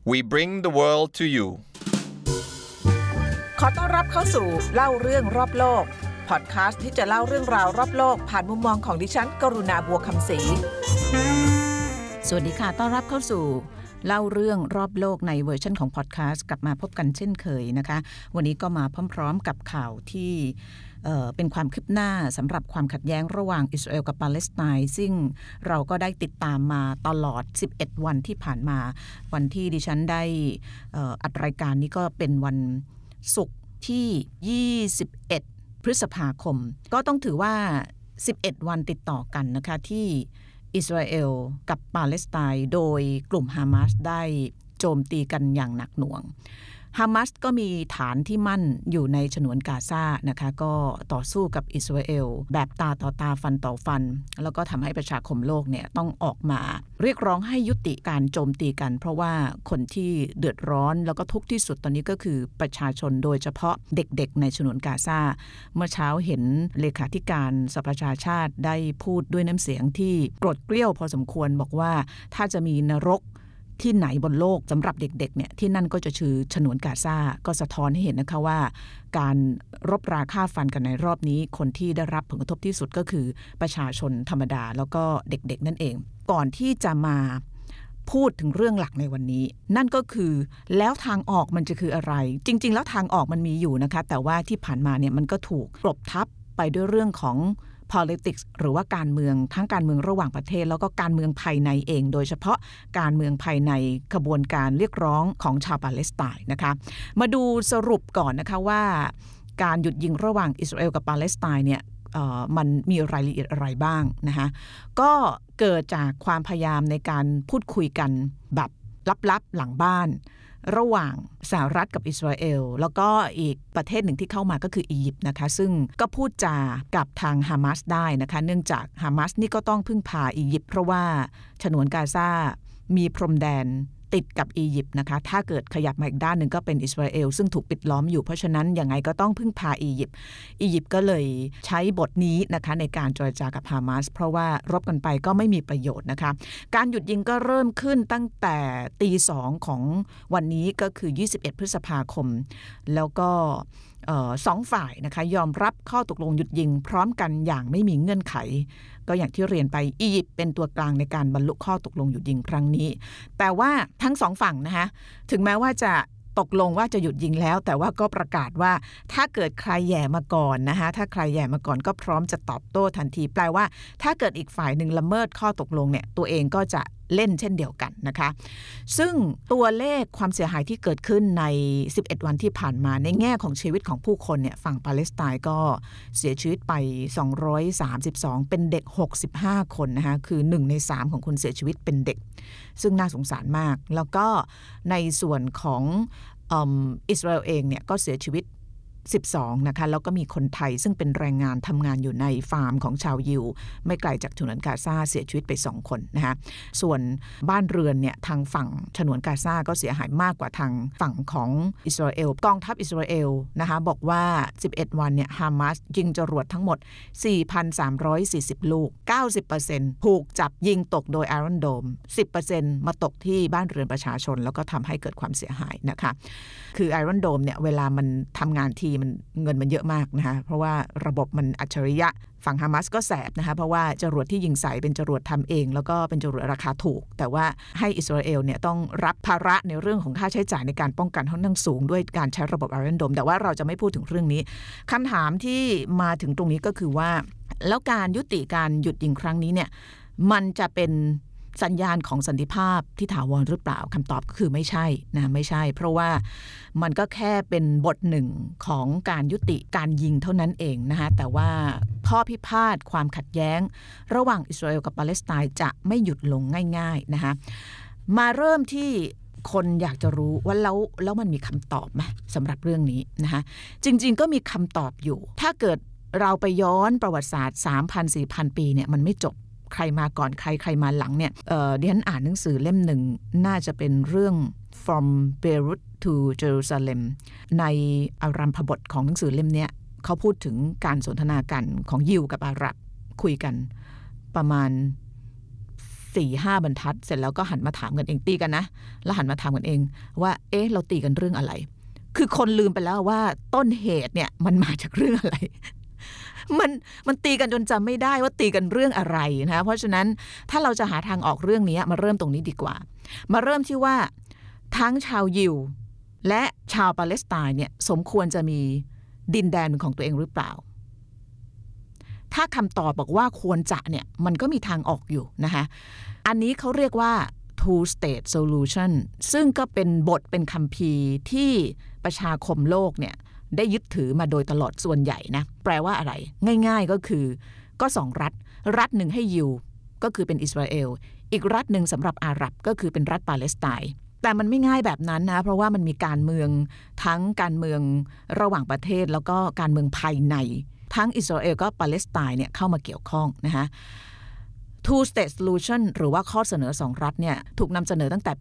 We bring the world to you ขอต้อนรับเข้าสู่เล่าเรื่องรอบโลกพอดคาสต์ที่จะเล่าเรื่องราวรอบโลกผ่านมุมมองของดิฉันกรุณาบัวคำศรีสวัสดีค่ะต้อนรับเข้าสู่เล่าเรื่องรอบโลกในเวอร์ชันของพอดคาสต์กลับมาพบกันเช่นเคยนะคะวันนี้ก็มาพร้อมๆกับข่าวที่เป็นความคืบหน้าสำหรับความขัดแย้งระหว่างอิสราเอลกับปาเลสไตน์ซึ่งเราก็ได้ติดตามมาตลอด11วันที่ผ่านมาวันที่ดิฉันได้อัดรายการนี้ก็เป็นวันศุกร์ที่21พฤษภาคมก็ต้องถือว่า11วันติดต่อกันนะคะที่อิสราเอลกับปาเลสไตน์โดยกลุ่มฮามาสได้โจมตีกันอย่างหนักหน่วงฮามาสก็มีฐานที่มั่นอยู่ในฉนวนกาซานะคะก็ต่อสู้กับอิสราเอลแบบตาต่อตาฟันต่อฟันแล้วก็ทำให้ประชาคมโลกเนี่ยต้องออกมาเรียกร้องให้ยุติการโจมตีกันเพราะว่าคนที่เดือดร้อนแล้วก็ทุกข์ที่สุดตอนนี้ก็คือประชาชนโดยเฉพาะเด็กๆในฉนวนกาซาเมื่อเช้าเห็นเลขาธิการสหประชาชาติได้พูดด้วยน้ำเสียงที่โกรธเกรี้ยวพอสมควรบอกว่าถ้าจะมีนรกที่ไหนบนโลกสำหรับเด็กๆเนี่ยที่นั่นก็จะชื่อฉนวนกาซาก็สะท้อนให้เห็นนะคะว่าการรบราฆ่าฟันกันในรอบนี้คนที่ได้รับผลกระทบที่สุดก็คือประชาชนธรรมดาแล้วก็เด็กๆนั่นเองก่อนที่จะมาพูดถึงเรื่องหลักในวันนี้นั่นก็คือแล้วทางออกมันจะคืออะไรจริงๆแล้วทางออกมันมีอยู่นะคะแต่ว่าที่ผ่านมาเนี่ยมันก็ถูกกลบทับไปด้วยเรื่องของpolitics หรือว่าการเมืองทั้งการเมืองระหว่างประเทศแล้วก็การเมืองภายในเองโดยเฉพาะการเมืองภายในขบวนการเรียกร้องของชาวปาเลสไตน์นะคะมาดูสรุปก่อนนะคะว่าการหยุดยิงระหว่างอิสราเอลกับปาเลสไตน์เนี่ยมันมีรายละเอียดอะไรบ้างนะคะก็เกิดจากความพยายามในการพูดคุยกันแบบลับๆหลังบ้านระหว่างสหรัฐกับอิสราเอลแล้วก็อีกประเทศหนึ่งที่เข้ามาก็คืออียิปต์นะคะซึ่งก็พูดจากับทางฮามาสได้นะคะเนื่องจากฮามาสนี่ก็ต้องพึ่งพาอียิปต์เพราะว่าฉนวนกาซามีพรมแดนติดกับอียิปต์นะคะถ้าเกิดขยับมาอีกด้านหนึ่งก็เป็นอิสราเอลซึ่งถูกปิดล้อมอยู่เพราะฉะนั้นยังไงก็ต้องพึ่งพาอียิปต์ก็เลยใช้บทนี้นะคะในการเจรจากับฮามาสเพราะว่ารบกันไปก็ไม่มีประโยชน์นะคะการหยุดยิงก็เริ่มขึ้นตั้งแต่ตี2ของวันนี้ก็คือ21พฤษภาคมแล้วก็สองฝ่ายนะคะยอมรับข้อตกลงหยุดยิงพร้อมกันอย่างไม่มีเงื่อนไขก็อย่างที่เรียนไปอียิปต์เป็นตัวกลางในการบรรลุข้อตกลงหยุดยิงครั้งนี้แต่ว่าทั้งสองฝั่งนะคะถึงแม้ว่าจะตกลงว่าจะหยุดยิงแล้วแต่ว่าก็ประกาศว่าถ้าเกิดใครแย่มาก่อนนะคะถ้าใครแย่มาก่อนก็พร้อมจะตอบโต้ทันทีแปลว่าถ้าเกิดอีกฝ่ายหนึ่งละเมิดข้อตกลงเนี่ยตัวเองก็จะเล่นเช่นเดียวกันนะคะซึ่งตัวเลขความเสียหายที่เกิดขึ้นใน11วันที่ผ่านมาในแง่ของชีวิตของผู้คนเนี่ยฝั่งปาเลสไตน์ก็เสียชีวิตไป232เป็นเด็ก65คนนะคะคือ1ใน3ของคนเสียชีวิตเป็นเด็กซึ่งน่าสงสารมากแล้วก็ในส่วนของอิสราเอลเองเนี่ยก็เสียชีวิต12นะคะแล้วก็มีคนไทยซึ่งเป็นแรงงานทำงานอยู่ในฟาร์มของชาวยิวไม่ไกลจากฉนวนกาซาเสียชีวิตไป2คนนะคะส่วนบ้านเรือนเนี่ยทางฝั่งฉนวนกาซาก็เสียหายมากกว่าทางฝั่งของอิสราเอลกองทัพอิสราเอลนะคะบอกว่า11วันเนี่ยฮามาสยิงจรวดทั้งหมด 4,340 ลูก 90% ถูกจับยิงตกโดย Iron Dome 10% มาตกที่บ้านเรือนประชาชนแล้วก็ทำให้เกิดความเสียหายนะคะคือ Iron Dome เนี่ยเวลามันทำงานทีมันเงินมันเยอะมากนะคะเพราะว่าระบบมันอัจฉริยะฝั่งฮามาสก็แสบนะคะเพราะว่าจรวดที่ยิงใส่เป็นจรวดทำเองแล้วก็เป็นจรวดราคาถูกแต่ว่าให้อิสราเอลเนี่ยต้องรับภาระในเรื่องของค่าใช้จ่ายในการป้องกันค่อนข้างสูงด้วยการใช้ระบบ Iron Dome แต่ว่าเราจะไม่พูดถึงเรื่องนี้คำถามที่มาถึงตรงนี้ก็คือว่าแล้วการยุติการหยุดยิงครั้งนี้เนี่ยมันจะเป็นสัญญาณของสันติภาพที่ถาวรหรือเปล่าคำตอบก็คือไม่ใช่นะไม่ใช่เพราะว่ามันก็แค่เป็นบทหนึ่งของการยุติการยิงเท่านั้นเองนะคะแต่ว่าข้อพิพาทความขัดแย้งระหว่างอิสราเอลกับปาเลสไตน์จะไม่หยุดลงง่ายๆนะคะมาเริ่มที่คนอยากจะรู้ว่าแล้วมันมีคำตอบไหมสำหรับเรื่องนี้นะคะจริงๆก็มีคำตอบอยู่ถ้าเกิดเราไปย้อนประวัติศาสตร์ 3,000-4,000 ปีเนี่ยมันไม่จบใครมาก่อนใครมาหลังเนี่ยดิฉันอ่านหนังสือเล่มหนึ่งน่าจะเป็นเรื่อง From Beirut to Jerusalem ในอารัมพบทของหนังสือเล่มนี้เขาพูดถึงการสนทนากันของยิวกับอาหรับคุยกันประมาณ 4-5 บรรทัดเสร็จแล้วก็หันมาถามกันเองตีกันนะแล้วหันมาถามกันเองว่าเราตีกันเรื่องอะไรคือคนลืมไปแล้วว่าต้นเหตุเนี่ยมันมาจากเรื่องอะไรมันตีกันจนจำไม่ได้ว่าตีกันเรื่องอะไรนะเพราะฉะนั้นถ้าเราจะหาทางออกเรื่องนี้มาเริ่มตรงนี้ดีกว่ามาเริ่มที่ว่าทั้งชาวยิวและชาวปาเลสไตน์เนี่ยสมควรจะมีดินแดนเป็นของตัวเองหรือเปล่าถ้าคำตอบบอกว่าควรจะเนี่ยมันก็มีทางออกอยู่นะคะอันนี้เขาเรียกว่า two state solution ซึ่งก็เป็นบทเป็นคัมภีร์ที่ประชาคมโลกเนี่ยได้ยึดถือมาโดยตลอดส่วนใหญ่นะแปลว่าอะไรง่ายๆก็คือก็2รัฐหนึ่งให้ยิวก็คือเป็นอิสราเอลอีกรัฐหนึ่งสำหรับอาหรับก็คือเป็นรัฐปาเลสไตน์แต่มันไม่ง่ายแบบนั้นนะเพราะว่ามันมีการเมืองทั้งการเมืองระหว่างประเทศแล้วก็การเมืองภายในทั้งอิสราเอลก็ปาเลสไตน์เนี่ยเข้ามาเกี่ยวข้องนะคะ Two State Solution หรือว่าข้อเสนอ2รัฐเนี่ยถูกนำเสนอตั้งแต่ปี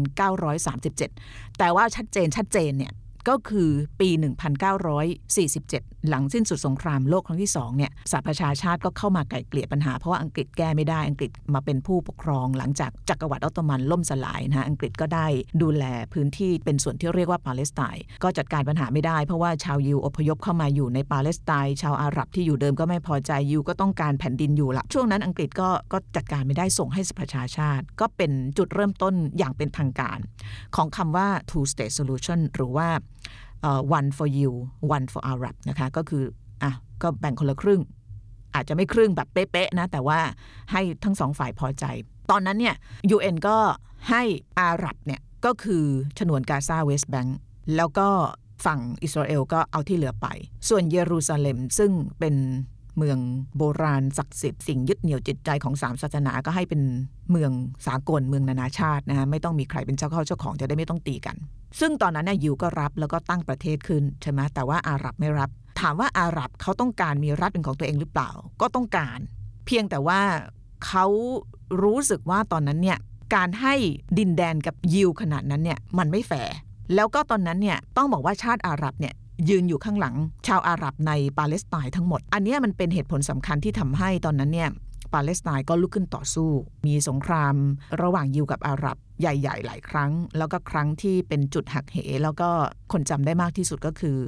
1937 แต่ว่าชัดเจนเนี่ยก็คือปี 1947 หลังสิ้นสุดสงครามโลกครั้งที่2เนี่ยสหประชาชาติก็เข้ามาไกล่เกลี่ยปัญหาเพราะว่าอังกฤษแก้ไม่ได้อังกฤษมาเป็นผู้ปกครองหลังจากจักรวรรดิออตโตมันล่มสลายนะอังกฤษก็ได้ดูแลพื้นที่เป็นส่วนที่เรียกว่าปาเลสไตน์ก็จัดการปัญหาไม่ได้เพราะว่าชาวยิวอพยพเข้ามาอยู่ในปาเลสไตน์ชาวอาหรับที่อยู่เดิมก็ไม่พอใจยิวก็ต้องการแผ่นดินอยู่ละช่วงนั้นอังกฤษก็จัดการไม่ได้ส่งให้สหประชาชาติก็เป็นจุดเริ่มต้นอย่างเป็นทางการของคำว่า Two State Solution หรือว่าone for you one for Arab นะคะก็คือก็แบ่งคนละครึ่งอาจจะไม่ครึ่งแบบเป๊ะๆนะแต่ว่าให้ทั้งสองฝ่ายพอใจตอนนั้นเนี่ย UN ก็ให้อาหรับเนี่ยก็คือฉนวนกาซาเวสต์แบงก์แล้วก็ฝั่งอิสราเอลก็เอาที่เหลือไปส่วนเยรูซาเล็มซึ่งเป็นเมืองโบราณศักดิ์สิทธิ์สิ่งยึดเหนี่ยวจิตใจของ3ศาสนาก็ให้เป็นเมืองสากลเมืองนานาชาตินะไม่ต้องมีใครเป็นเจ้าเข้าเจ้าของจะได้ไม่ต้องตีกันซึ่งตอนนั้นยิวก็รับแล้วก็ตั้งประเทศขึ้นใช่ไหมแต่ว่าอาหรับไม่รับถามว่าอาหรับเขาต้องการมีรัฐเป็นของตัวเองหรือเปล่าก็ต้องการเพียงแต่ว่าเขารู้สึกว่าตอนนั้นเนี่ยการให้ดินแดนกับยิวขนาดนั้นเนี่ยมันไม่แฟร์แล้วก็ตอนนั้นเนี่ยต้องบอกว่าชาติอาหรับเนี่ยยืนอยู่ข้างหลังชาวอาหรับในปาเลสไตน์ทั้งหมดอันนี้มันเป็นเหตุผลสำคัญที่ทำให้ตอนนั้นเนี่ยปาเลสไตน์ก็ลุกขึ้นต่อสู้มีสงครามระหว่างยิวกับอาหรับใหญ่ๆหลายครั้งแล้วก็ครั้งที่เป็นจุดหักเหแล้วก็คนจำได้มากที่สุดก็คือ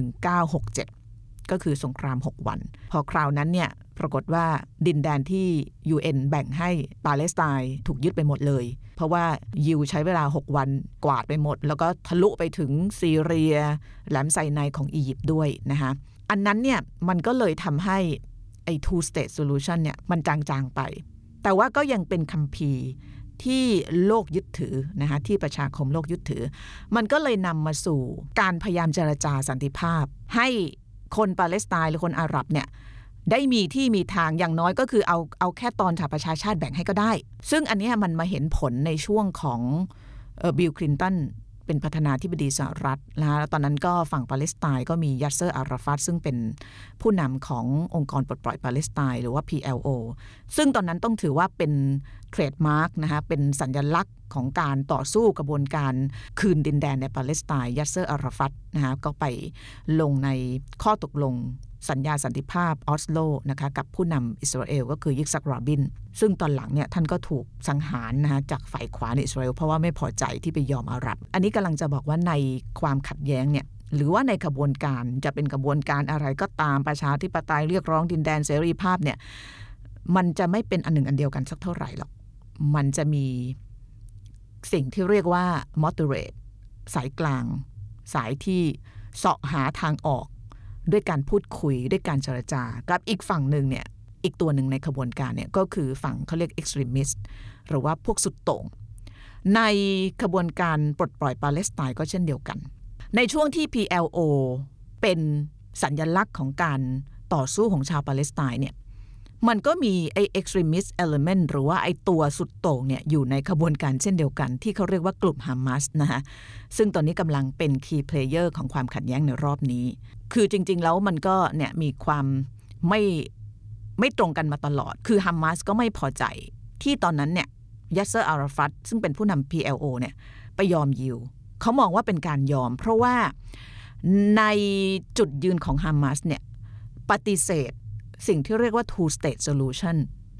1967ก็คือสงคราม6วันพอคราวนั้นเนี่ยปรากฏว่าดินแดนที่ UN แบ่งให้ปาเลสไตน์ถูกยึดไปหมดเลยเพราะว่ายิวใช้เวลา6วันกวาดไปหมดแล้วก็ทะลุไปถึงซีเรียแหลมไซไนของอียิปต์ด้วยนะคะอันนั้นเนี่ยมันก็เลยทำให้ไอ้ two state solution เนี่ยมันจางๆไปแต่ว่าก็ยังเป็นคัมภีร์ที่โลกยึดถือนะคะที่ประชาคมโลกยึดถือมันก็เลยนำมาสู่การพยายามเจรจาสันติภาพให้คนปาเลสไตน์หรือคนอาหรับเนี่ยได้มีที่มีทางอย่างน้อยก็คือเอาแค่ตอนสหประชาชาติแบ่งให้ก็ได้ซึ่งอันนี้มันมาเห็นผลในช่วงของบิลคลินตันเป็นประธานาธิบดีสหรัฐนะแล้วตอนนั้นก็ฝั่งปาเลสไตน์ก็มียัสเซอร์อาราฟัตซึ่งเป็นผู้นำขององค์กรปลดปล่อยปาเลสไตน์หรือว่า PLO ซึ่งตอนนั้นต้องถือว่าเป็นเทรดมาร์กนะคะเป็นสัญลักษณ์ของการต่อสู้กระบวนการคืนดินแดนในปาเลสไตน์ยัสเซอร์อาราฟัตนะคะก็ไปลงในข้อตกลงสัญญาสันติภาพออสโลนะคะกับผู้นำอิสราเอลก็คือยิกซักราบินซึ่งตอนหลังเนี่ยท่านก็ถูกสังหารนะคะจากฝ่ายขวาในอิสราเอลเพราะว่าไม่พอใจที่ไปยอมอาหรับอันนี้กำลังจะบอกว่าในความขัดแย้งเนี่ยหรือว่าในกระบวนการจะเป็นกระบวนการอะไรก็ตามประชาธิปไตยเรียกร้องดินแดนเสรีภาพเนี่ยมันจะไม่เป็นอันหนึ่งอันเดียวกันสักเท่าไหร่หรอกมันจะมีสิ่งที่เรียกว่า moderate สายกลางสายที่เสาะหาทางออกด้วยการพูดคุยด้วยการเจรจากับอีกฝั่งหนึ่งเนี่ยอีกตัวหนึ่งในขบวนการเนี่ยก็คือฝั่งเขาเรียก extremist หรือว่าพวกสุดโต่งในขบวนการปลดปล่อยปาเลสไตน์ก็เช่นเดียวกันในช่วงที่ PLO เป็นสัญลักษณ์ของการต่อสู้ของชาวปาเลสไตน์เนี่ยมันก็มีไอ้ extremist element หรือว่าไอ้ตัวสุดโต่งเนี่ยอยู่ในขบวนการเช่นเดียวกันที่เขาเรียกว่ากลุ่มฮามาสนะคะซึ่งตอนนี้กำลังเป็น key player ของความขัดแย้งในรอบนี้คือจริงๆแล้วมันก็เนี่ยมีความไม่ตรงกันมาตลอดคือฮามาสก็ไม่พอใจที่ตอนนั้นเนี่ยยัสเซอร์อาราฟัตซึ่งเป็นผู้นำ PLO เนี่ยไปยอมยิวเขามองว่าเป็นการยอมเพราะว่าในจุดยืนของฮามาสเนี่ยปฏิเสธสิ่งที่เรียกว่า two state solution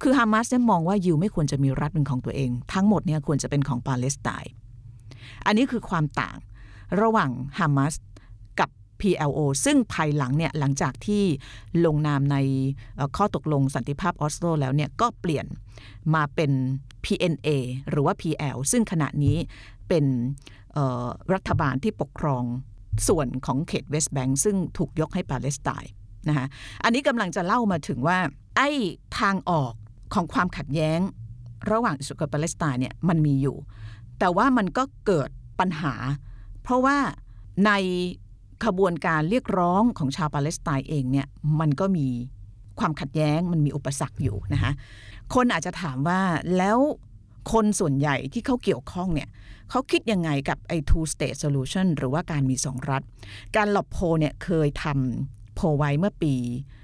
คือฮามาสเนี่ยมองว่ายิวไม่ควรจะมีรัฐเป็นของตัวเองทั้งหมดเนี่ยควรจะเป็นของปาเลสไตน์อันนี้คือความต่างระหว่างฮามาสกับ PLO ซึ่งภายหลังเนี่ยหลังจากที่ลงนามในข้อตกลงสันติภาพออสโลแล้วเนี่ยก็เปลี่ยนมาเป็น PNA หรือว่า PL ซึ่งขณะนี้เป็นรัฐบาลที่ปกครองส่วนของเขตเวสต์แบงก์ซึ่งถูกยกให้ปาเลสไตน์นะคะอันนี้กำลังจะเล่ามาถึงว่าไอ้ทางออกของความขัดแย้งระหว่างอิสราเอลกับปาเลสไตน์เนี่ยมันมีอยู่แต่ว่ามันก็เกิดปัญหาเพราะว่าในขบวนการเรียกร้องของชาวปาเลสไตน์เองเนี่ยมันก็มีความขัดแย้งมันมีอุปสรรคอยู่นะคะคนอาจจะถามว่าแล้วคนส่วนใหญ่ที่เขาเกี่ยวข้องเนี่ยเขาคิดยังไงกับไอ้ two state solution หรือว่าการมีสองรัฐการหลบโพลเนี่ยเคยทำโพลไว้เมื่อปี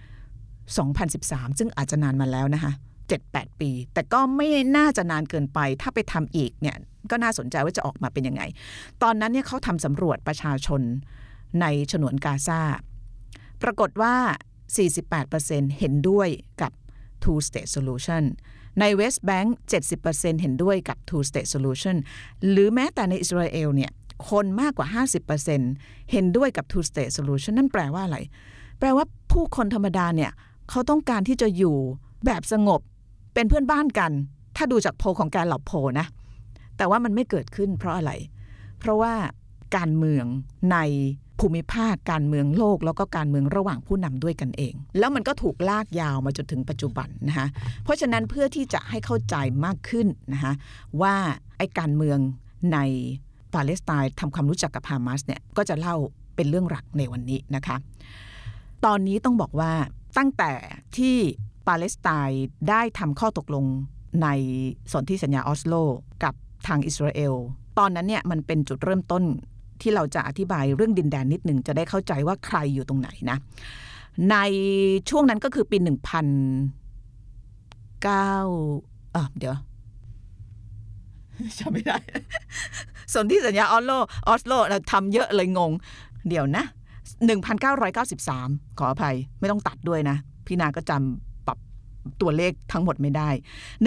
2013 ซึ่งอาจจะนานมาแล้วนะคะ 7-8 ปีแต่ก็ไม่น่าจะนานเกินไปถ้าไปทำอีกเนี่ยก็น่าสนใจว่าจะออกมาเป็นยังไงตอนนั้นเนี่ยเขาทำสำรวจประชาชนในฉนวนกาซาปรากฏว่า 48% เห็นด้วยกับ two state solution ในเวสต์แบงก์ 70% เห็นด้วยกับ two state solution หรือแม้แต่ในอิสราเอลเนี่ยคนมากกว่า 50% เห็นด้วยกับ two state solution นั่นแปลว่าอะไรแปลว่าผู้คนธรรมดาเนี่ยเขาต้องการที่จะอยู่แบบสงบเป็นเพื่อนบ้านกันถ้าดูจากโพลของการหลบโพลนะแต่ว่ามันไม่เกิดขึ้นเพราะอะไรเพราะว่าการเมืองในภูมิภาคการเมืองโลกแล้วก็การเมืองระหว่างผู้นำด้วยกันเองแล้วมันก็ถูกลากยาวมาจนถึงปัจจุบันนะคะเพราะฉะนั้นเพื่อที่จะให้เข้าใจมากขึ้นนะคะว่าไอ้การเมืองในปาเลสไตน์ทำความรู้จักกับฮามาสเนี่ยก็จะเล่าเป็นเรื่องหลักในวันนี้นะคะตอนนี้ต้องบอกว่าตั้งแต่ที่ปาเลสไตน์ได้ทำข้อตกลงในสนธิสัญญาออสโลกับทางอิสราเอลตอนนั้นเนี่ยมันเป็นจุดเริ่มต้นที่เราจะอธิบายเรื่องดินแดนนิดหนึ่งจะได้เข้าใจว่าใครอยู่ตรงไหนนะในช่วงนั้นก็คือปี1900เดี๋ยวจำไม่ได้ สนธิสัญญาออสโลเราทำเยอะเลยงงเดี๋ยวนะ1993ขออภัยไม่ต้องตัดด้วยนะพี่นาก็จำปรับตัวเลขทั้งหมดไม่ได้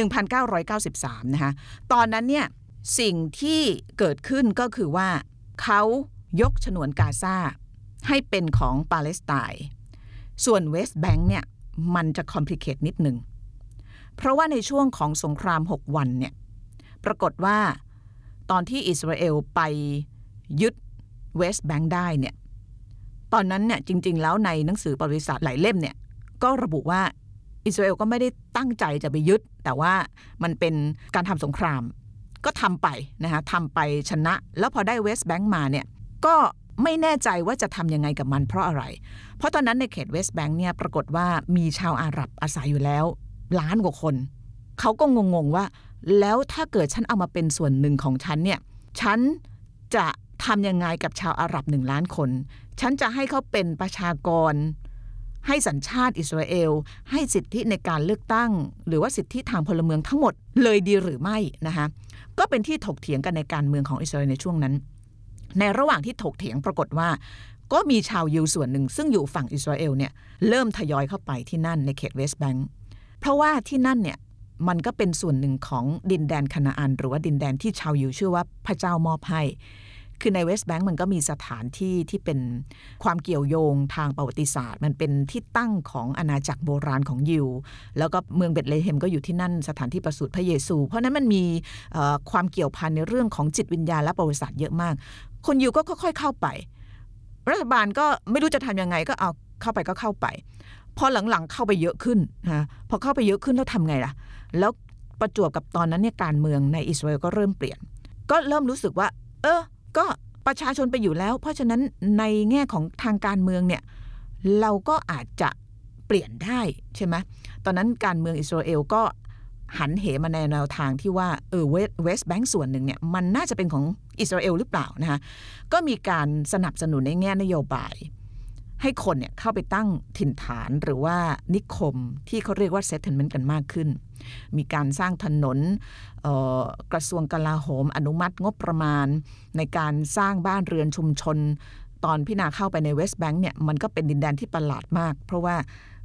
1993นะคะตอนนั้นเนี่ยสิ่งที่เกิดขึ้นก็คือว่าเขายกฉนวนกาซาให้เป็นของปาเลสไตน์ส่วนเวสต์แบงก์เนี่ยมันจะคอมพลีเคทนิดหนึ่งเพราะว่าในช่วงของสงคราม6วันเนี่ยปรากฏว่าตอนที่อิสราเอลไปยึดเวสต์แบงก์ได้เนี่ยตอนนั้นเนี่ยจริงๆแล้วในหนังสือประวัติศาสตร์หลายเล่มเนี่ยก็ระบุว่าอิสราเอลก็ไม่ได้ตั้งใจจะไปยึดแต่ว่ามันเป็นการทำสงครามก็ทำไปนะคะทำไปชนะแล้วพอได้เวสต์แบงก์มาเนี่ยก็ไม่แน่ใจว่าจะทำยังไงกับมันเพราะอะไรเพราะตอนนั้นในเขตเวสต์แบงก์เนี่ยปรากฏว่ามีชาวอาหรับอาศัยอยู่แล้วล้านกว่าคนเขาก็งงๆว่าแล้วถ้าเกิดฉันเอามาเป็นส่วนหนึ่งของฉันเนี่ยฉันจะทำยังไงกับชาวอาหรับ1 ล้านคนฉันจะให้เขาเป็นประชากรให้สัญชาติอิสราเอลให้สิทธิในการเลือกตั้งหรือว่าสิทธิทางพลเมืองทั้งหมดเลยดีหรือไม่นะคะก็เป็นที่ถกเถียงกันในการเมืองของอิสราเอลในช่วงนั้นในระหว่างที่ถกเถียงปรากฏว่าก็มีชาวยิวส่วนหนึ่งซึ่งอยู่ฝั่งอิสราเอลเนี่ยเริ่มทยอยเข้าไปที่นั่นในเขตเวสต์แบงก์เพราะว่าที่นั่นเนี่ยมันก็เป็นส่วนหนึ่งของดินแดนคานาอันหรือว่าดินแดนที่ชาวยิวเชื่อว่าพระเจ้ามอบให้คือในเวสต์แบงก์มันก็มีสถานที่ที่เป็นความเกี่ยวโยงทางประวัติศาสตร์มันเป็นที่ตั้งของอาณาจักรโบราณของยิวแล้วก็เมืองเบธเลเฮมก็อยู่ที่นั่นสถานที่ประสูติพระเยซูเพราะนั้นมันมีความเกี่ยวพันในเรื่องของจิตวิญญาณและประวัติศาสตร์เยอะมากคนยิวก็ค่อยๆเข้าไปรัฐบาลก็ไม่รู้จะทำยังไงก็เอาเข้าไปก็เข้าไปพอหลังๆเข้าไปเยอะขึ้นนะพอเข้าไปเยอะขึ้นแล้วทำไงล่ะแล้วประจวบกับตอนนั้นเนี่ยการเมืองในอิสราเอลก็เริ่มเปลี่ยนก็เริ่มรู้สึกว่าก็ประชาชนไปอยู่แล้วเพราะฉะนั้นในแง่ของทางการเมืองเนี่ยเราก็อาจจะเปลี่ยนได้ใช่ไหมตอนนั้นการเมืองอิสราเอลก็หันเหมาในแนวทางที่ว่าเวสต์แบงก์ส่วนหนึ่งเนี่ยมันน่าจะเป็นของอิสราเอลหรือเปล่านะคะก็มีการสนับสนุนในแง่นโยบายให้คนเนี่ยเข้าไปตั้งถิ่นฐานหรือว่านิคมที่เขาเรียกว่า settlement กันมากขึ้นมีการสร้างถนนกระทรวงกลาโหมอนุมัติงบประมาณในการสร้างบ้านเรือนชุมชนตอนพี่นาเข้าไปในเวสต์แบงก์เนี่ยมันก็เป็นดินแดนที่ประหลาดมากเพราะว่า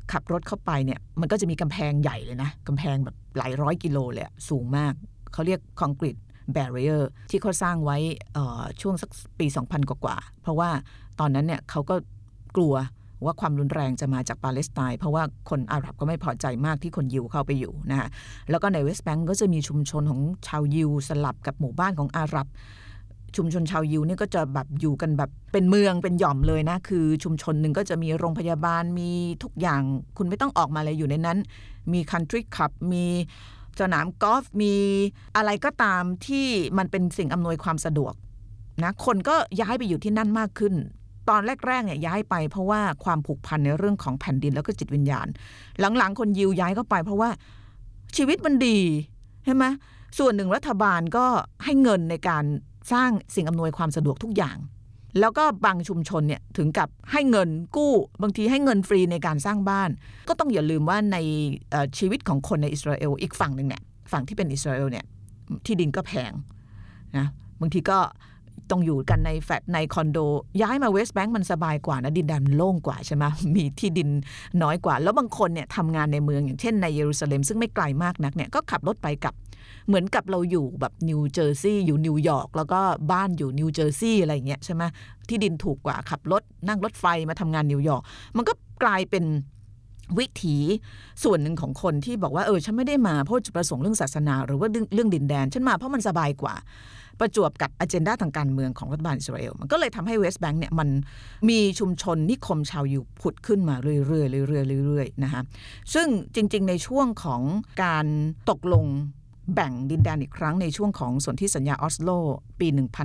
ขับรถเข้าไปเนี่ยมันก็จะมีกำแพงใหญ่เลยนะกำแพงแบบหลายร้อยกิโลเลยสูงมากเขาเรียกคอนกรีตแบรียร์ที่เขาสร้างไว้ช่วงสักปี 2000 กว่าเพราะว่าตอนนั้นเนี่ยเขาก็กลัวว่าความรุนแรงจะมาจากปาเลสไตน์เพราะว่าคนอาหรับก็ไม่พอใจมากที่คนยิวเข้าไปอยู่นะฮะแล้วก็ในเวสต์แบงก์ก็จะมีชุมชนของชาวยิวสลับกับหมู่บ้านของอาหรับชุมชนชาวยิวนี่ก็จะแบบอยู่กันแบบเป็นเมืองเป็นหย่อมเลยนะคือชุมชนหนึ่งก็จะมีโรงพยาบาลมีทุกอย่างคุณไม่ต้องออกมาเลยอยู่ในนั้นมีคันทรีคลับมีสนามกอล์ฟมีอะไรก็ตามที่มันเป็นสิ่งอำนวยความสะดวกนะคนก็ย้ายไปอยู่ที่นั่นมากขึ้นตอนแรกๆเนี่ยย้ายไปเพราะว่าความผูกพันในเรื่องของแผ่นดินแล้วก็จิตวิญญาณหลังๆคนยิวย้ายเข้าไปเพราะว่าชีวิตมันดีใช่ไหมส่วนหนึ่งรัฐบาลก็ให้เงินในการสร้างสิ่งอำนวยความสะดวกทุกอย่างแล้วก็บางชุมชนเนี่ยถึงกับให้เงินกู้บางทีให้เงินฟรีในการสร้างบ้านก็ต้องอย่าลืมว่าในชีวิตของคนในอิสราเอลอีกฝั่งหนึ่งเนี่ยฝั่งที่เป็นอิสราเอลเนี่ยที่ดินก็แพงนะบางทีก็ต้องอยู่กันในแฟลตในคอนโดย้ายมาเวสต์แบงก์มันสบายกว่านะดินแดนโล่งกว่าใช่ไหมมีที่ดินน้อยกว่าแล้วบางคนเนี่ยทำงานในเมืองอย่างเช่นในเยรูซาเล็มซึ่งไม่ไกลมากนักเนี่ยก็ขับรถไปกับเหมือนกับเราอยู่แบบนิวเจอร์ซีย์อยู่นิวยอร์กแล้วก็บ้านอยู่นิวเจอร์ซีย์อะไรอย่างเงี้ยใช่ไหมที่ดินถูกกว่าขับรถนั่งรถไฟมาทำงานนิวยอร์กมันก็กลายเป็นวิถีส่วนหนึ่งของคนที่บอกว่าฉันไม่ได้มาเพราะจุดประสงค์เรื่องศาสนาหรือว่าเรื่องดินแดนฉันมาเพราะมันสบายกว่าประจวบกับอเจนดาทางการเมืองของรัฐบาลอิสราเอลมันก็เลยทำให้เวสต์แบงก์เนี่ยมันมีชุมชนนิคมชาวยิวผุดขึ้นมาเรื่อยๆนะคะซึ่งจริงๆในช่วงของการตกลงแบ่งดินแดนอีกครั้งในช่วงของสนธิสัญญาออสโลปี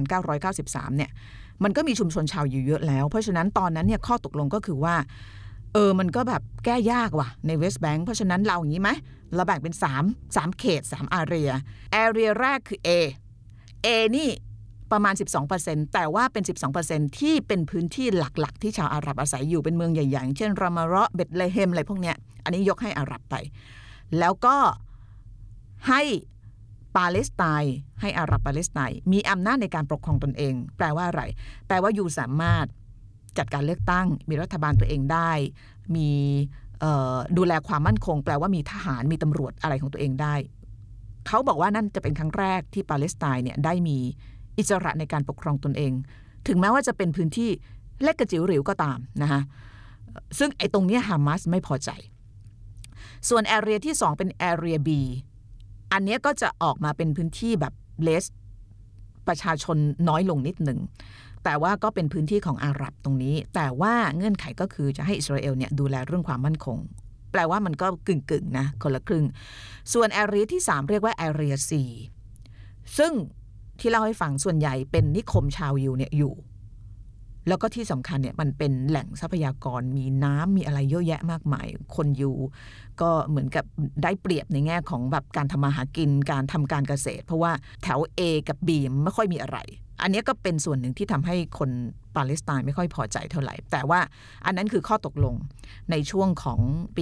1993 เนี่ยมันก็มีชุมชนชาวยิวเยอะแล้วเพราะฉะนั้นตอนนั้นเนี่ยข้อตกลงก็คือว่ามันก็แบบแก้ยากว่ะในเวสต์แบงก์เพราะฉะนั้นเราอย่างนี้ไหมเราแบ่งเป็น3เขต3อาเรียแรกคือ A นี่ประมาณ 12% แต่ว่าเป็น 12% ที่เป็นพื้นที่หลักๆที่ชาวอาหรับอาศัยอยู่เป็นเมืองใหญ่ๆอย่างเช่นรามาเราะห์เบธเลเฮมอะไรพวกเนี้ยอันนี้ยกให้อาหรับไปแล้วก็ให้ปาเลสไตน์ให้อาหรับปาเลสไตน์มีอำนาจในการปกครองตนเองแปลว่าอะไรแปลว่าอยู่สามารถจัดการเลือกตั้งมีรัฐบาลตัวเองได้มีดูแลความมั่นคงแปลว่ามีทหารมีตำรวจอะไรของตัวเองได้เขาบอกว่านั่นจะเป็นครั้งแรกที่ปาเลสไตน์เนี่ยได้มีอิสระในการปกครองตนเองถึงแม้ว่าจะเป็นพื้นที่เล็กกระจิ๋วหริวก็ตามนะคะซึ่งไอ้ตรงนี้ฮามาสไม่พอใจส่วนแอเรียที่2เป็นแอเรีย B อันนี้ก็จะออกมาเป็นพื้นที่แบบเลสประชาชนน้อยลงนิดหนึ่งแต่ว่าก็เป็นพื้นที่ของอาหรับตรงนี้แต่ว่าเงื่อนไขก็คือจะให้อิสราเอลเนี่ยดูแลเรื่องความมั่นคงแปลว่ามันก็กึ่งๆนะคนละครึ่งส่วนแอเรียที่3เรียกว่าแอเรีย C ซึ่งที่เล่าให้ฟังส่วนใหญ่เป็นนิคมชาวยิวเนี่ยอยู่แล้วก็ที่สำคัญเนี่ยมันเป็นแหล่งทรัพยากรมีน้ำมีอะไรเยอะแยะมากมายคนอยู่ก็เหมือนกับได้เปรียบในแง่ของแบบการทำมาหากินการทำการเกษตรเพราะว่าแถว A กับ B ไม่ค่อยมีอะไรอันนี้ก็เป็นส่วนหนึ่งที่ทำให้คนปาเลสไตน์ไม่ค่อยพอใจเท่าไหร่แต่ว่าอันนั้นคือข้อตกลงในช่วงของปี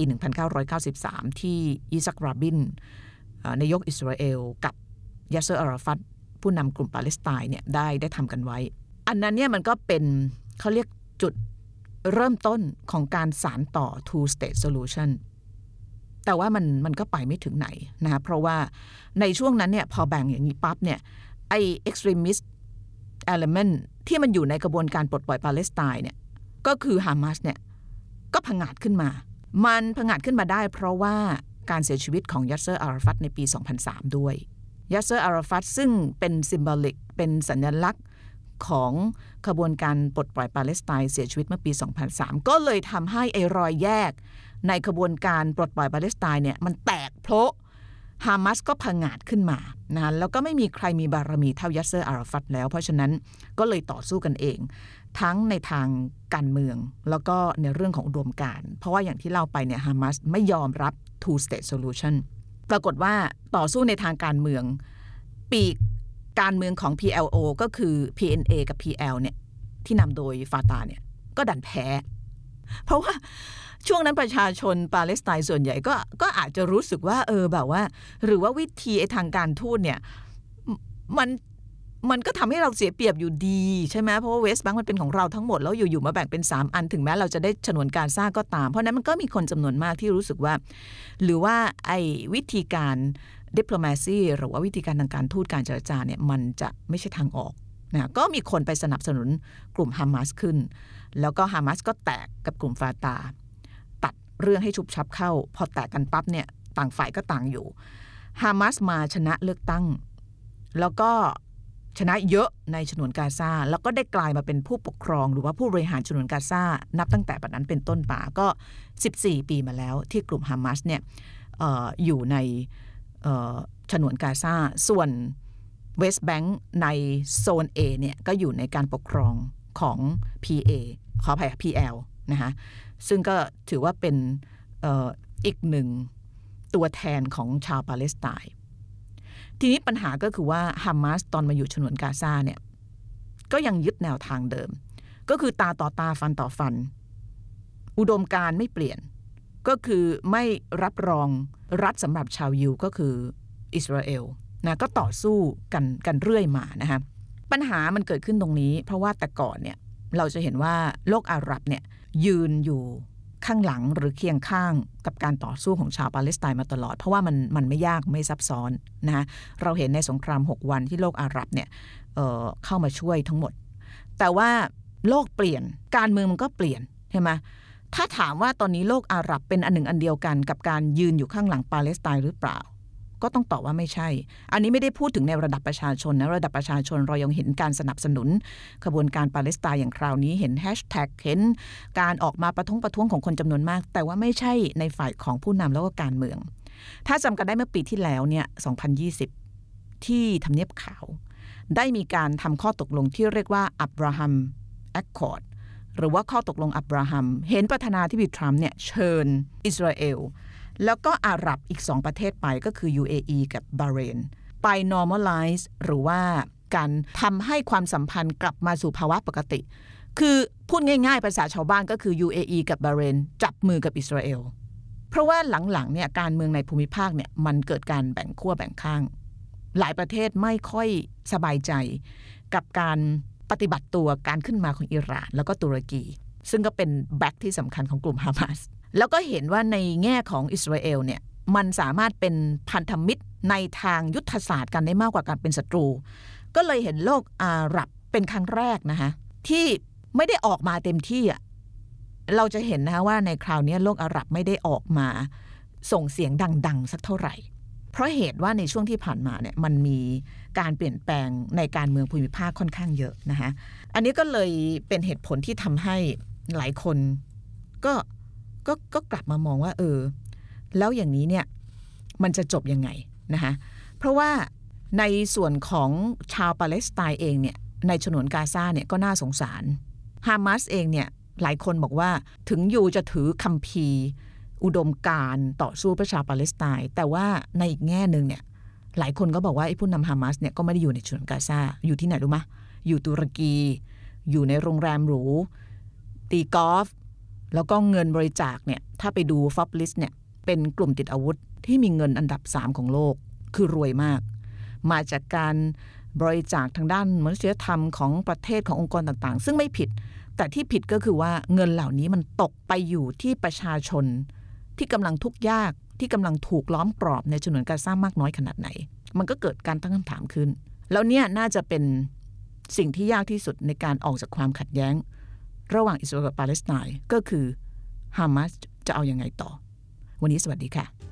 1993 ที่อิซัก ราบินนายกอิสราเอลกับยาสเซอร์ อาราฟัตผู้นำกลุ่มปาเลสไตน์เนี่ยได้ทำกันไว้อันนั้นเนี่ยมันก็เป็นเขาเรียกจุดเริ่มต้นของการสานต่อ two state solution แต่ว่ามันก็ไปไม่ถึงไหนนะเพราะว่าในช่วงนั้นเนี่ยพอแบ่งอย่างนี้ปั๊บเนี่ยไอ้ extremist element ที่มันอยู่ในกระบวนการปลดปล่อยปาเลสไตน์เนี่ยก็คือฮามาสเนี่ยก็ผงาดขึ้นมามันผงาดขึ้นมาได้เพราะว่าการเสียชีวิตของยาสเซอร์ อาราฟัตในปี 2003 ด้วยยาสเซอร์ อาราฟัตซึ่งเป็น symbolic เป็นสัญลักษณ์ของขบวนการปลดปล่อยปาเลสไตน์เสียชีวิตเมื่อปี 2003 ก็เลยทำให้ไอ้รอยแยกในขบวนการปลดปล่อยปาเลสไตน์เนี่ยมันแตกเพราะฮามาสก็ผงาดขึ้นมานะแล้วก็ไม่มีใครมีบารมีเท่ายาสเซอร์ อาราฟัตแล้วเพราะฉะนั้นก็เลยต่อสู้กันเองทั้งในทางการเมืองแล้วก็ในเรื่องของอุดมการณ์เพราะว่าอย่างที่เล่าไปเนี่ยฮามาสไม่ยอมรับ two state solution ปรากฏว่าต่อสู้ในทางการเมืองปีกการเมืองของ PLO ก็คือ PNA กับ PL เนี่ยที่นำโดยฟาตาเนี่ยก็ดันแพ้เพราะว่าช่วงนั้นประชาชนปาเลสไตน์ส่วนใหญ่ก็อาจจะรู้สึกว่าแบบว่าหรือว่าวิธีทางการทูตเนี่ยมันก็ทำให้เราเสียเปรียบอยู่ดีใช่ไหมเพราะว่าเวสต์แบงก์มันเป็นของเราทั้งหมดแล้วอยู่ๆมาแบ่งเป็น3อันถึงแม้เราจะได้ฉนวนกาซาก็ตามเพราะนั้นมันก็มีคนจำนวนมากที่รู้สึกว่าหรือว่าไอ้วิธีการdiplomacy หรือว่าวิธีการทางการทูตการเจรจาเนี่ยมันจะไม่ใช่ทางออกนะก็มีคนไปสนับสนุนกลุ่มฮามาสขึ้นแล้วก็ฮามาสก็แตกกับกลุ่มฟาตาตัดเรื่องให้ชุบชับเข้าพอแตกกันปั๊บเนี่ยต่างฝ่ายก็ต่างอยู่ฮามาสมาชนะเลือกตั้งแล้วก็ชนะเยอะในฉนวนกาซาแล้วก็ได้กลายมาเป็นผู้ปกครองหรือว่าผู้บริหารฉนวนกาซานับตั้งแต่บัดนั้นเป็นต้นมาก็14ปีมาแล้วที่กลุ่มฮามาสเนี่ยอยู่ในฉนวนกาซาส่วนเวสต์แบงก์ในโซน A เนี่ยก็อยู่ในการปกครองของ PA ขออภัย PL นะคะซึ่งก็ถือว่าเป็นอีกหนึ่งตัวแทนของชาวปาเลสไตน์ทีนี้ปัญหาก็คือว่าฮามาสตอนมาอยู่ฉนวนกาซาเนี่ยก็ยังยึดแนวทางเดิมก็คือตาต่อตาฟันต่อฟันอุดมการณ์ไม่เปลี่ยนก็คือไม่รับรองรัฐสำหรับชาวยิวก็คืออิสราเอลนะก็ต่อสู้กันเรื่อยมานะคะปัญหามันเกิดขึ้นตรงนี้เพราะว่าแต่ก่อนเนี่ยเราจะเห็นว่าโลกอาหรับเนี่ยยืนอยู่ข้างหลังหรือเคียงข้างกับการต่อสู้ของชาวปาเลสไตน์มาตลอดเพราะว่ามันไม่ยากไม่ซับซ้อนนะเราเห็นในสงคราม6วันที่โลกอาหรับเนี่ยเข้ามาช่วยทั้งหมดแต่ว่าโลกเปลี่ยนการเมืองมันก็เปลี่ยนใช่ไหมถ้าถามว่าตอนนี้โลกอาหรับเป็นอันหนึ่งอันเดียวกันกับการยืนอยู่ข้างหลังปาเลสไตน์หรือเปล่าก็ต้องตอบว่าไม่ใช่อันนี้ไม่ได้พูดถึงในระดับประชาชนนะระดับประชาชนเรายังเห็นการสนับสนุนขบวนการปาเลสไตน์อย่างคราวนี้เห็นแฮชแท็กเห็นการออกมาประท้วงของคนจำนวนมากแต่ว่าไม่ใช่ในฝ่ายของผู้นำแล้วก็การเมืองถ้าจำกันได้เมื่อปีที่แล้วเนี่ย2020ที่ทำเนียบขาวได้มีการทำข้อตกลงที่เรียกว่าอับราฮัมแอคคอร์ดหรือว่าข้อตกลงอับราฮัมเห็นประธานาธิบดีทรัมป์เนี่ยเชิญอิสราเอลแล้วก็อาหรับอีก2ประเทศไปก็คือ UAE กับบาห์เรนไป normalize หรือว่าการทำให้ความสัมพันธ์กลับมาสู่ภาวะปกติคือพูดง่ายๆภาษาชาวบ้านก็คือ UAE กับบาห์เรนจับมือกับอิสราเอลเพราะว่าหลังๆเนี่ยการเมืองในภูมิภาคเนี่ยมันเกิดการแบ่งขั้วแบ่งข้างหลายประเทศไม่ค่อยสบายใจกับการปฏิบัติตัวการขึ้นมาของอิหร่านแล้วก็ตุรกีซึ่งก็เป็นแบ็คที่สำคัญของกลุ่มฮามาสแล้วก็เห็นว่าในแง่ของอิสราเอลเนี่ยมันสามารถเป็นพันธมิตรในทางยุทธศาสตร์กันได้มากกว่าการเป็นศัตรูก็เลยเห็นโลกอาหรับเป็นครั้งแรกนะคะที่ไม่ได้ออกมาเต็มที่อ่ะเราจะเห็นนะคะว่าในคราวนี้โลกอาหรับไม่ได้ออกมาส่งเสียงดังๆสักเท่าไหร่เพราะเหตุว่าในช่วงที่ผ่านมาเนี่ยมันมีการเปลี่ยนแปลงในการเมืองภูมิภาคค่อนข้างเยอะนะคะอันนี้ก็เลยเป็นเหตุผลที่ทำให้หลายคนก็กลับมามองว่าแล้วอย่างนี้เนี่ยมันจะจบยังไงนะคะเพราะว่าในส่วนของชาวปาเลสไตน์เองเนี่ยในฉนวนกาซาเนี่ยก็น่าสงสารฮามาสเองเนี่ยหลายคนบอกว่าถึงอยู่จะถือคัมภีร์อุดมการณ์ต่อสู้เพื่อชาวปาเลสไตน์แต่ว่าในอีกแง่นึงเนี่ยหลายคนก็บอกว่าไอ้ผู้นำฮามาสเนี่ยก็ไม่ได้อยู่ในฉนวนกาซาอยู่ที่ไหนรู้ไหมอยู่ตุรกีอยู่ในโรงแรมหรูตีกอล์ฟแล้วก็เงินบริจาคเนี่ยถ้าไปดู Forbes List เนี่ยเป็นกลุ่มติดอาวุธที่มีเงินอันดับ3ของโลกคือรวยมากมาจากการบริจาคทางด้านมนุษยธรรมของประเทศขององค์กรต่างๆซึ่งไม่ผิดแต่ที่ผิดก็คือว่าเงินเหล่านี้มันตกไปอยู่ที่ประชาชนที่กำลังทุกข์ยากที่กำลังถูกล้อมกรอบในฉนวนกาซามากน้อยขนาดไหนมันก็เกิดการตั้งคำถามขึ้นแล้วเนี่ยน่าจะเป็นสิ่งที่ยากที่สุดในการออกจากความขัดแย้งระหว่างอิสราเอลกับปาเลสไตน์ก็คือฮามาสจะเอายังไงต่อวันนี้สวัสดีค่ะ